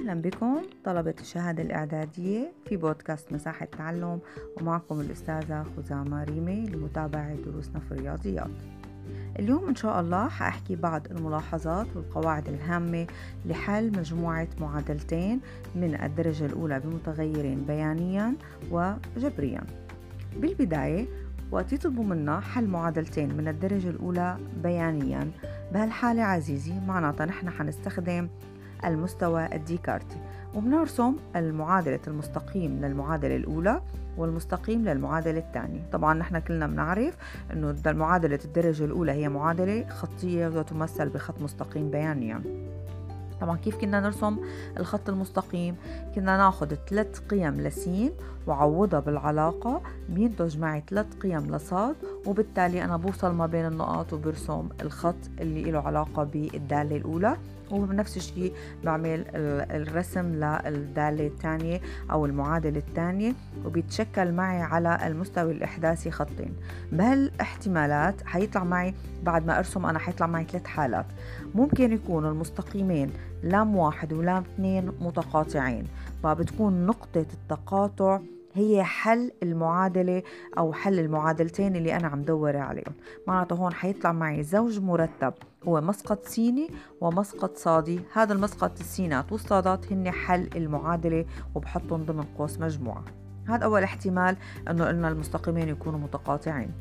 أهلا بكم طلبة الشهادة الإعدادية في بودكاست مساحة تعلم، ومعكم الأستاذة خزامة ريمي لمتابعة دروسنا في الرياضيات. اليوم إن شاء الله حأحكي بعض الملاحظات والقواعد الهامة لحل مجموعة معادلتين من الدرجة الأولى بمتغيرين بيانيا وجبريا. بالبداية وقت يطلبوا منا حل معادلتين من الدرجة الأولى بيانيا، بهالحالة عزيزي معناتها نحن حنستخدم المستوى الديكارتي، وبنرسم المعادلة المستقيم للمعادلة الأولى والمستقيم للمعادلة الثانية. طبعا نحن كلنا بنعرف أنه معادلة الدرجة الأولى هي معادلة خطية وتمثل بخط مستقيم بيانيا. طبعا كيف كنا نرسم الخط المستقيم؟ كنا ناخد 3 قيم لسين وعوضها بالعلاقة بينتج معي 3 قيم لصاد، وبالتالي أنا بوصل ما بين النقاط وبرسم الخط اللي له علاقة بالدالة الأولى، وبنفس الشيء بعمل الرسم للدالة الثانية أو المعادلة الثانية، وبيتشكل معي على المستوى الإحداثي خطين. بهالاحتمالات حيطلع معي بعد ما أرسم أنا حيطلع معي 3 حالات. ممكن يكون المستقيمين لام 1 ولام 2 متقاطعين، فبتكون نقطة التقاطع هي حل المعادلة أو حل المعادلتين اللي أنا عم دور عليهم. معناته هون حيطلع معي زوج مرتب هو مسقط سيني ومسقط صادي. هذا المسقط السينات والصادات هن حل المعادلة وبحطهم ضمن قوس مجموعة. هذا أول احتمال أنه قلنا المستقيمين يكونوا متقاطعين.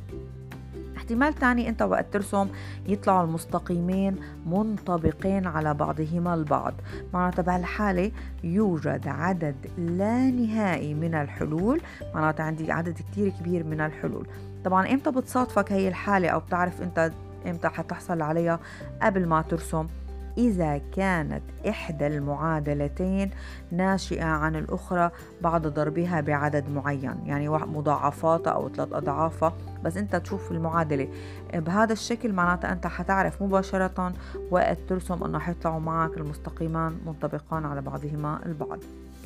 احتمال تاني انت وقت ترسم يطلعوا المستقيمين منطبقين على بعضهما البعض، معناتها بهالحالة يوجد عدد لا نهائي من الحلول، معناتها عندي عدد كتير كبير من الحلول. طبعا امتى بتصادفك هي الحالة او بتعرف انت امتى حتحصل عليها؟ قبل ما ترسم، إذا كانت إحدى المعادلتين ناشئة عن الأخرى بعد ضربها بعدد معين، يعني مضاعفاتها أو 3 أضعافها، بس أنت تشوف المعادلة بهذا الشكل معناتها أنت حتعرف مباشرة وقت ترسم أنه حيطلعوا معك المستقيمان منطبقان على بعضهما البعض.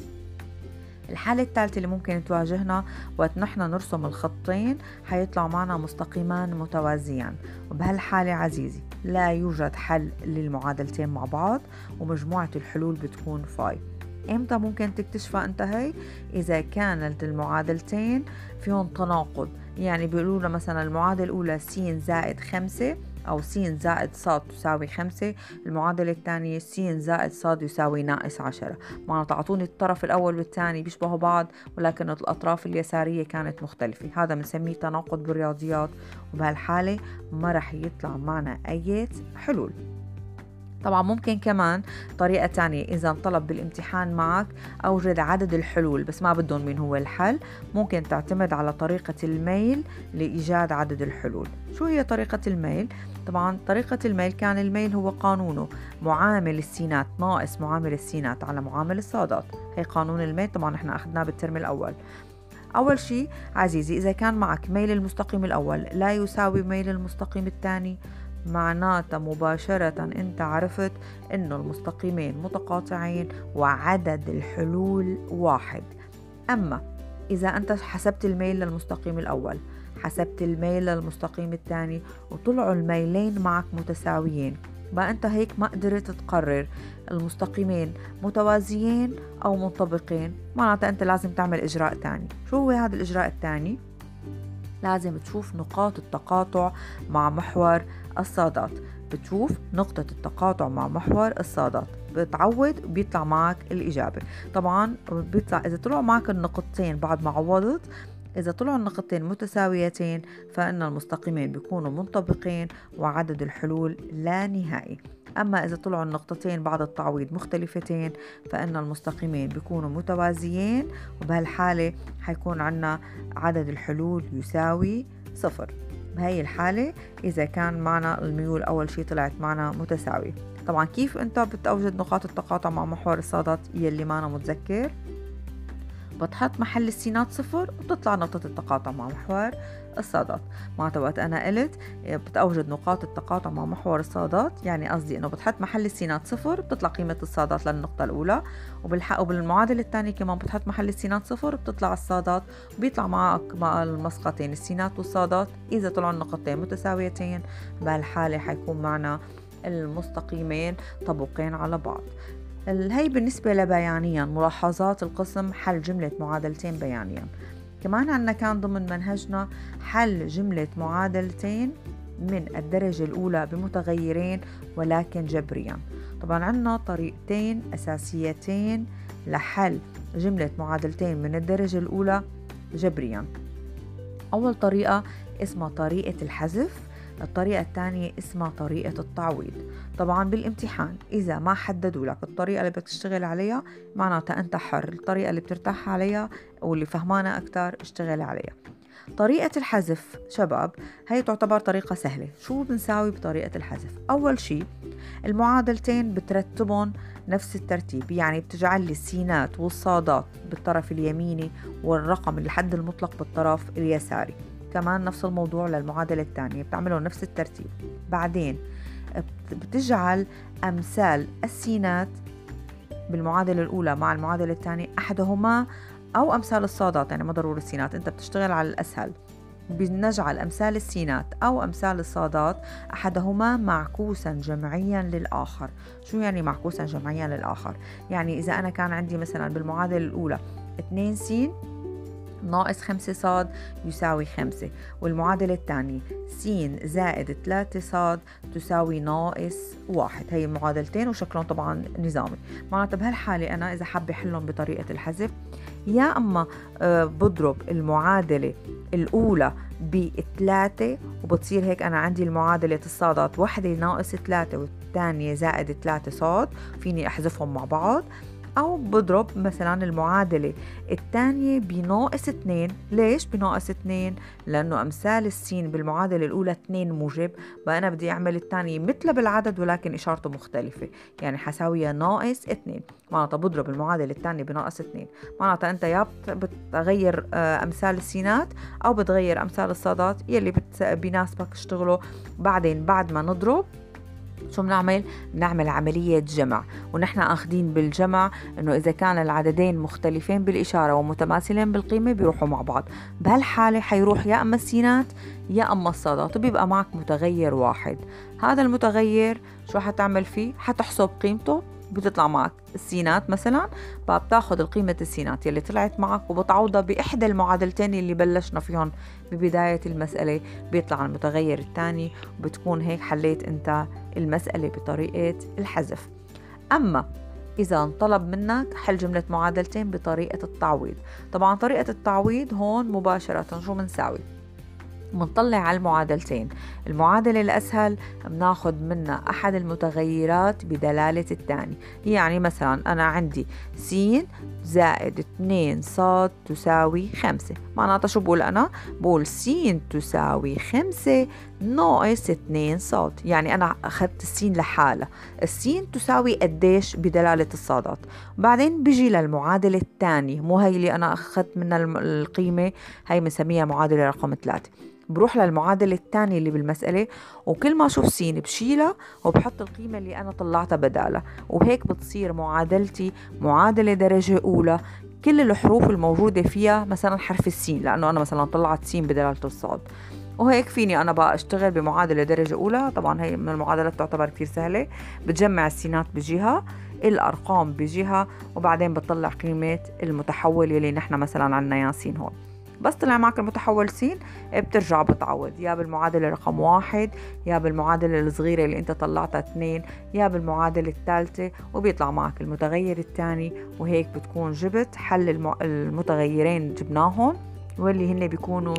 الحالة الثالثة اللي ممكن تواجهنا وقت نحن نرسم الخطين حيطلع معنا مستقيمان متوازيان، وبهالحالة عزيزي لا يوجد حل للمعادلتين مع بعض ومجموعة الحلول بتكون فاي. امتى ممكن تكتشفها انت هي؟ اذا كانت المعادلتين فيهم تناقض، يعني بيقولوا مثلا المعادلة الاولى س زائد 5 أو س زائد ص تساوي 5، المعادلة الثانية س زائد ص يساوي ناقص 10. معناتها أعطوني الطرف الأول والثاني بيشبهوا بعض ولكن الأطراف اليسارية كانت مختلفة. هذا بنسميه تناقض بالرياضيات، وبهالحالة ما رح يطلع معنا أي حلول. طبعا ممكن كمان طريقة تانية، إذا انطلب بالامتحان معك أوجد عدد الحلول بس ما بدهم مين هو الحل، ممكن تعتمد على طريقة الميل لإيجاد عدد الحلول. شو هي طريقة الميل؟ طبعا طريقة الميل كان الميل هو قانونه معامل السينات ناقص معامل السينات على معامل الصادات. هي قانون الميل، طبعا احنا أخذناه بالترم الأول. أول شيء عزيزي، إذا كان معك ميل المستقيم الأول لا يساوي ميل المستقيم الثاني، معناتها مباشرة انت عرفت انه المستقيمين متقاطعين وعدد الحلول واحد. اما اذا انت حسبت الميل للمستقيم الاول، حسبت الميل للمستقيم الثاني، وطلعوا الميلين معك متساويين، بقى انت هيك ما قدرت تقرر المستقيمين متوازيين او منطبقين، معناتها انت لازم تعمل اجراء ثاني. شو هو هذا الاجراء الثاني؟ لازم تشوف نقاط التقاطع مع محور الصادات. بتشوف نقطة التقاطع مع محور الصادات، بتعوض بيطلع معك الإجابة. طبعا بيطلع إذا طلعوا معك النقطتين بعد ما عوضت، إذا طلعوا النقطتين متساويتين فإن المستقيمين بيكونوا منطبقين وعدد الحلول لا نهائي. أما إذا طلعوا النقطتين بعد التعويض مختلفتين فإن المستقيمين بيكونوا متوازيين، وبهالحالة حيكون عنا عدد الحلول يساوي 0. بهاي الحالة إذا كان معنا الميول أول شيء طلعت معنا متساوية. طبعا كيف أنت بتوجد نقاط التقاطع مع محور الصادات يلي معنا متذكر؟ بتحط محل السينات 0 وبتطلع نقطة التقاطع مع محور الصادات. معناتها وقت أنا قلت بتوجد نقاط التقاطع مع محور الصادات، يعني قصدي إنه بتحط محل السينات 0 بتطلع قيمة الصادات للنقطة الأولى، وبالمعادلة الثانية كمان بتحط محل السينات 0 بتطلع الصادات، وبيطلع معك مع المسقطين السينات والصادات. إذا طلعوا النقطتين متساويتين بهالحالة حيكون معنا المستقيمين طبقين على بعض. هي بالنسبة لبيانيا ملاحظات القسم حل جملة معادلتين بيانيا. كمان عنا كان ضمن منهجنا حل جملة معادلتين من الدرجة الأولى بمتغيرين ولكن جبريا. طبعا عنا طريقتين أساسيتين لحل جملة معادلتين من الدرجة الأولى جبريا. أول طريقة اسمها طريقة الحذف، الطريقة الثانية اسمها طريقة التعويض. طبعا بالامتحان إذا ما حددوا لك الطريقة اللي بدك تشتغل عليها معناتها أنت حر، الطريقة اللي بترتاح عليها واللي فهمانة أكتر اشتغل عليها. طريقة الحذف شباب هي تعتبر طريقة سهلة. شو بنساوي بطريقة الحذف؟ أول شيء المعادلتين بترتبهم نفس الترتيب، يعني بتجعل لي السينات والصادات بالطرف اليميني والرقم الحد المطلق بالطرف اليساري. كمان نفس الموضوع للمعادلة الثانية بتعملوا نفس الترتيب. بعدين بتجعل أمثال السينات بالمعادلة الأولى مع المعادلة الثانية أحدهما أو أمثال الصادات، يعني ما ضروري السينات، أنت بتشتغل على الأسهل. بنجعل أمثال السينات أو أمثال الصادات أحدهما معكوسا جمعيا للآخر. شو يعني معكوسا جمعيا للآخر؟ يعني إذا أنا كان عندي مثلا بالمعادلة الأولى 2 س ناقص 5 صاد يساوي 5، والمعادلة الثانية س زائد 3 صاد تساوي ناقص 1. هي معادلتين وشكلهم طبعا نظامي. معناتها بهالحالة أنا إذا حابة أحلهم بطريقة الحذف، يا أما بضرب المعادلة الأولى ب3 وبتصير هيك أنا عندي المعادلة الصادات واحدة ناقص 3 والثانية زائد 3 صاد، فيني أحذفهم مع بعض. أو بضرب مثلا المعادلة الثانية بناقص 2. ليش بناقص 2؟ لأنه أمثال السين بالمعادلة الأولى 2 موجب، بقى أنا بدي أعمل الثانية مثل بالعدد ولكن إشارته مختلفة، يعني حساويها ناقص 2. معناتها بضرب المعادلة الثانية بناقص 2، معناتها أنت يا بتغير أمثال السينات أو بتغير أمثال الصادات يلي بيناسبك اشتغله. بعدين بعد ما نضرب شو بنعمل عملية جمع، ونحن أخذين بالجمع إنه إذا كان العددين مختلفين بالإشارة ومتماثلين بالقيمة بيروحوا مع بعض. بهالحالة حيروح يا أما السينات يا أما الصادات، وبيبقى معك متغير واحد. هذا المتغير شو حتعمل فيه؟ حتحسب قيمته، بتطلع معك السينات مثلا، بتاخد القيمة السينات يلي طلعت معك وبتعوضها بإحدى المعادلتين اللي بلشنا فيهم ببداية المسألة، بيطلع المتغير الثاني، وبتكون هيك حليت انت المسألة بطريقة الحذف. أما إذا انطلب منك حل جملة معادلتين بطريقة التعويض، طبعا طريقة التعويض هون مباشرة شو منساوي؟ منطلع على المعادلتين. المعادلة الأسهل بناخد منها أحد المتغيرات بدلالة الثاني. يعني مثلا أنا عندي س زائد 2 صاد تساوي 5. معناتها شو بقول أنا؟ بقول س تساوي 5 ناقص 2 صاد. يعني أنا أخذت السين لحالة، السين تساوي قديش بدلالة الصادات. بعدين بيجي للمعادلة الثانية، مو هي اللي أنا أخذت منها القيمة، هي بنسميها معادلة رقم 3. بروح للمعادلة الثانية اللي بالمسألة، وكل ما أشوف سين بشيلها وبحط القيمة اللي أنا طلعتها بدالها، وهيك بتصير معادلتي معادلة درجة أولى كل الحروف الموجودة فيها مثلا حرف السين، لأنه أنا مثلا طلعت سين بدلالة الصاد. وهيك فيني أنا بقى أشتغل بمعادلة درجة أولى. طبعا هي من المعادلات تعتبر كتير سهلة، بتجمع السينات بجهة، الأرقام بجهة، وبعدين بتطلع قيمة المتحول اللي نحن مثلا عنا ياسين هون. بس طلع معك المتحول س، بترجع بتعوض يا بالمعادلة رقم 1 يا بالمعادلة الصغيرة اللي انت طلعتها 2 يا بالمعادلة الثالثة، وبيطلع معك المتغير الثاني. وهيك بتكون جبت حل المتغيرين جبناهم، واللي هن بيكونوا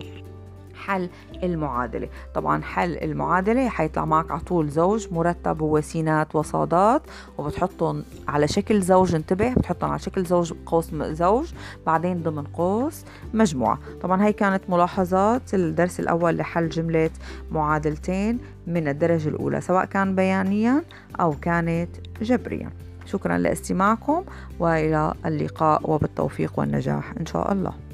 حل المعادلة. طبعا حل المعادلة حيطلع معك على طول زوج مرتب هو سينات وصادات، وبتحطهم على شكل زوج. انتبه، بتحطهم على شكل زوج قوس زوج، بعدين ضمن قوس مجموعة. طبعا هي كانت ملاحظات الدرس الأول لحل جملة معادلتين من الدرجة الأولى، سواء كان بيانيا أو كانت جبريا. شكرا لاستماعكم، وإلى اللقاء وبالتوفيق والنجاح إن شاء الله.